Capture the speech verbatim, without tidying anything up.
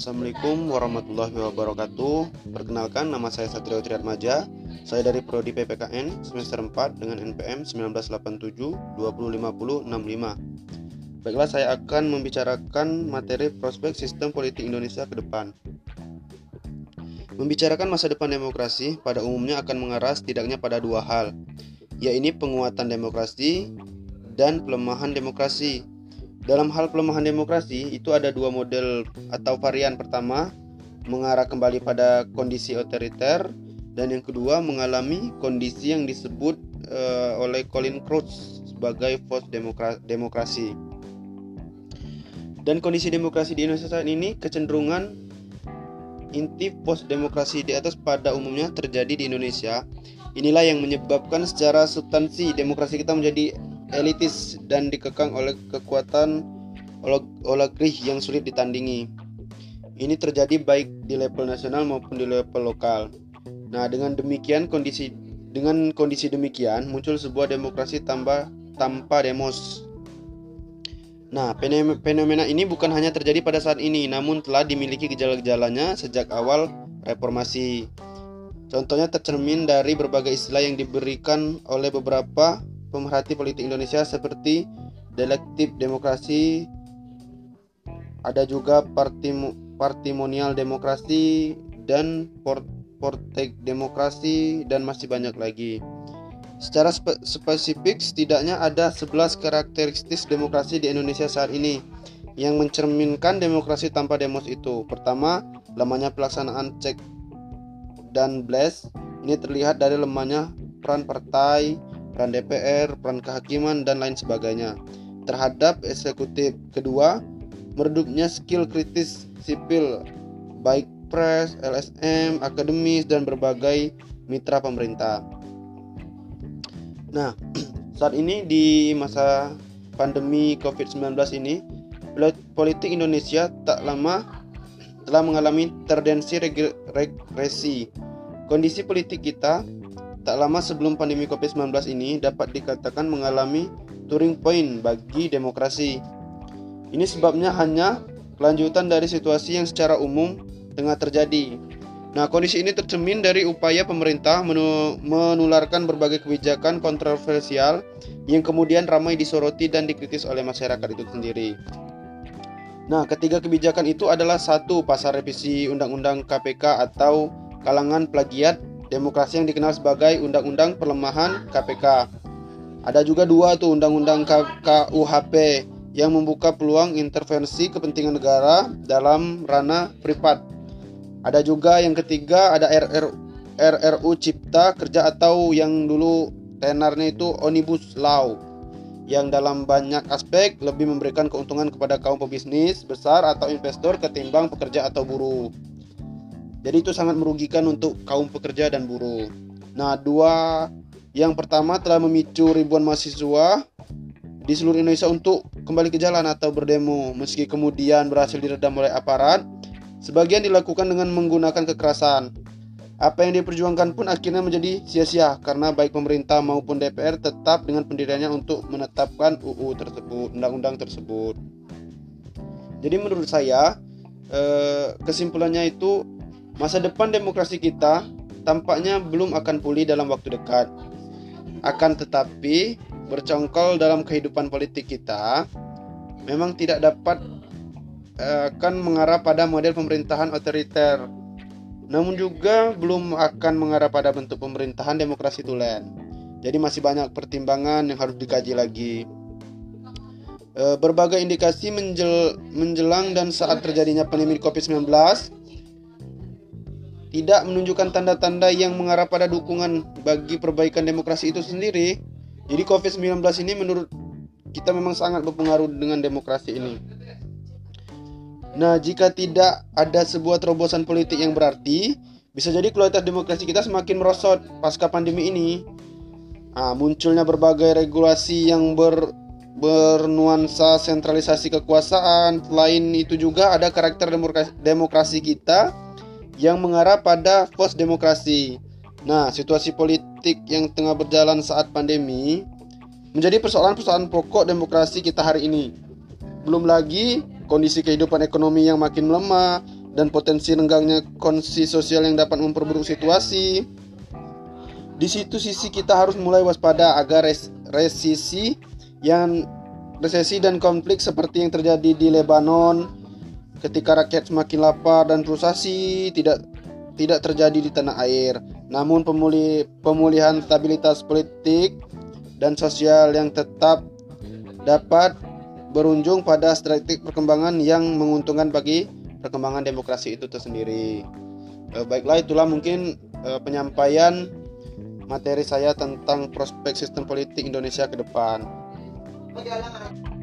Assalamualaikum warahmatullahi wabarakatuh. Perkenalkan, nama saya Satrio Triatmaja. Saya dari Prodi P P K N semester empat dengan N P M sembilan belas delapan puluh tujuh dua nol lima nol enam lima. Baiklah, saya akan membicarakan materi prospek sistem politik Indonesia ke depan. Membicarakan masa depan demokrasi pada umumnya akan mengarah setidaknya pada dua hal, yaitu penguatan demokrasi dan pelemahan demokrasi. Dalam hal pelemahan demokrasi, itu ada dua model atau varian. Pertama, mengarah kembali pada kondisi otoriter, dan yang kedua, mengalami kondisi yang disebut uh, oleh Colin Crouch sebagai post demokrasi. Dan kondisi demokrasi di Indonesia saat ini kecenderungan inti post demokrasi di atas pada umumnya terjadi di Indonesia. Inilah yang menyebabkan secara substansi demokrasi kita menjadi elitis dan dikekang oleh kekuatan oligarki yang sulit ditandingi. Ini terjadi baik di level nasional maupun di level lokal. Nah, dengan demikian kondisi dengan kondisi demikian muncul sebuah demokrasi tanpa tanpa demos. Nah, fenomena ini bukan hanya terjadi pada saat ini, namun telah dimiliki gejala-gejalanya sejak awal reformasi. Contohnya tercermin dari berbagai istilah yang diberikan oleh beberapa pemerhati politik Indonesia seperti dialektik demokrasi, ada juga partim, partimonial demokrasi dan port, portek demokrasi, dan masih banyak lagi. Secara spe, spesifik setidaknya ada sebelas karakteristik demokrasi di Indonesia saat ini yang mencerminkan demokrasi tanpa demos itu. Pertama, lemahnya pelaksanaan check dan balance. Ini terlihat dari lemahnya peran partai, peran D P R, peran kehakiman, dan lain sebagainya terhadap eksekutif. Kedua, meredupnya skill kritis sipil, baik pres, L S M, akademis, dan berbagai mitra pemerintah. Nah, saat ini di masa pandemi covid sembilan belas ini, politik Indonesia tak lama telah mengalami tendensi regresi. Kondisi politik kita tak lama sebelum pandemi covid sembilan belas ini dapat dikatakan mengalami turning point bagi demokrasi. Ini sebabnya hanya kelanjutan dari situasi yang secara umum tengah terjadi. Nah, kondisi ini tercermin dari upaya pemerintah menularkan berbagai kebijakan kontroversial yang kemudian ramai disoroti dan dikritis oleh masyarakat itu sendiri. Nah, ketiga kebijakan itu adalah satu, pasal revisi Undang-Undang K P K atau kalangan plagiat demokrasi yang dikenal sebagai Undang-Undang Pelemahan K P K. Ada juga dua tuh, Undang-Undang K U H P yang membuka peluang intervensi kepentingan negara dalam ranah privat. Ada juga yang ketiga, ada R R U Cipta Kerja atau yang dulu tenarnya itu Omnibus Law, yang dalam banyak aspek lebih memberikan keuntungan kepada kaum pebisnis besar atau investor ketimbang pekerja atau buruh. Jadi itu sangat merugikan untuk kaum pekerja dan buruh. Nah, dua yang pertama telah memicu ribuan mahasiswa di seluruh Indonesia untuk kembali ke jalan atau berdemo. Meski kemudian berhasil diredam oleh aparat, sebagian dilakukan dengan menggunakan kekerasan. Apa yang diperjuangkan pun akhirnya menjadi sia-sia karena baik pemerintah maupun D P R tetap dengan pendiriannya untuk menetapkan U U tersebut, undang-undang tersebut. Jadi menurut saya, eh, kesimpulannya itu masa depan demokrasi kita tampaknya belum akan pulih dalam waktu dekat. Akan tetapi, bercongkol dalam kehidupan politik kita memang tidak dapat eh, akan mengarah pada model pemerintahan otoriter. Namun juga belum akan mengarah pada bentuk pemerintahan demokrasi tulen. Jadi masih banyak pertimbangan yang harus dikaji lagi. E, berbagai indikasi menjel, menjelang dan saat terjadinya pandemi covid sembilan belas tidak menunjukkan tanda-tanda yang mengarah pada dukungan bagi perbaikan demokrasi itu sendiri. Jadi covid sembilan belas ini menurut kita memang sangat berpengaruh dengan demokrasi ini. Nah, jika tidak ada sebuah terobosan politik yang berarti, bisa jadi kualitas demokrasi kita semakin merosot pasca pandemi ini. Nah, munculnya berbagai regulasi yang ber, bernuansa sentralisasi kekuasaan. Selain itu juga ada karakter demokrasi, demokrasi kita yang mengarah pada post demokrasi. Nah, situasi politik yang tengah berjalan saat pandemi menjadi persoalan-persoalan pokok demokrasi kita hari ini. Belum lagi kondisi kehidupan ekonomi yang makin melemah dan potensi renggangnya kondisi sosial yang dapat memperburuk situasi. Di situ sisi kita harus mulai waspada agar res- resisi yang resesi dan konflik seperti yang terjadi di Lebanon ketika rakyat semakin lapar dan frustasi tidak tidak terjadi di tanah air. Namun pemuli, pemulihan stabilitas politik dan sosial yang tetap dapat berujung pada strategi perkembangan yang menguntungkan bagi perkembangan demokrasi itu tersendiri. E, baiklah, itulah mungkin e, penyampaian materi saya tentang prospek sistem politik Indonesia ke depan.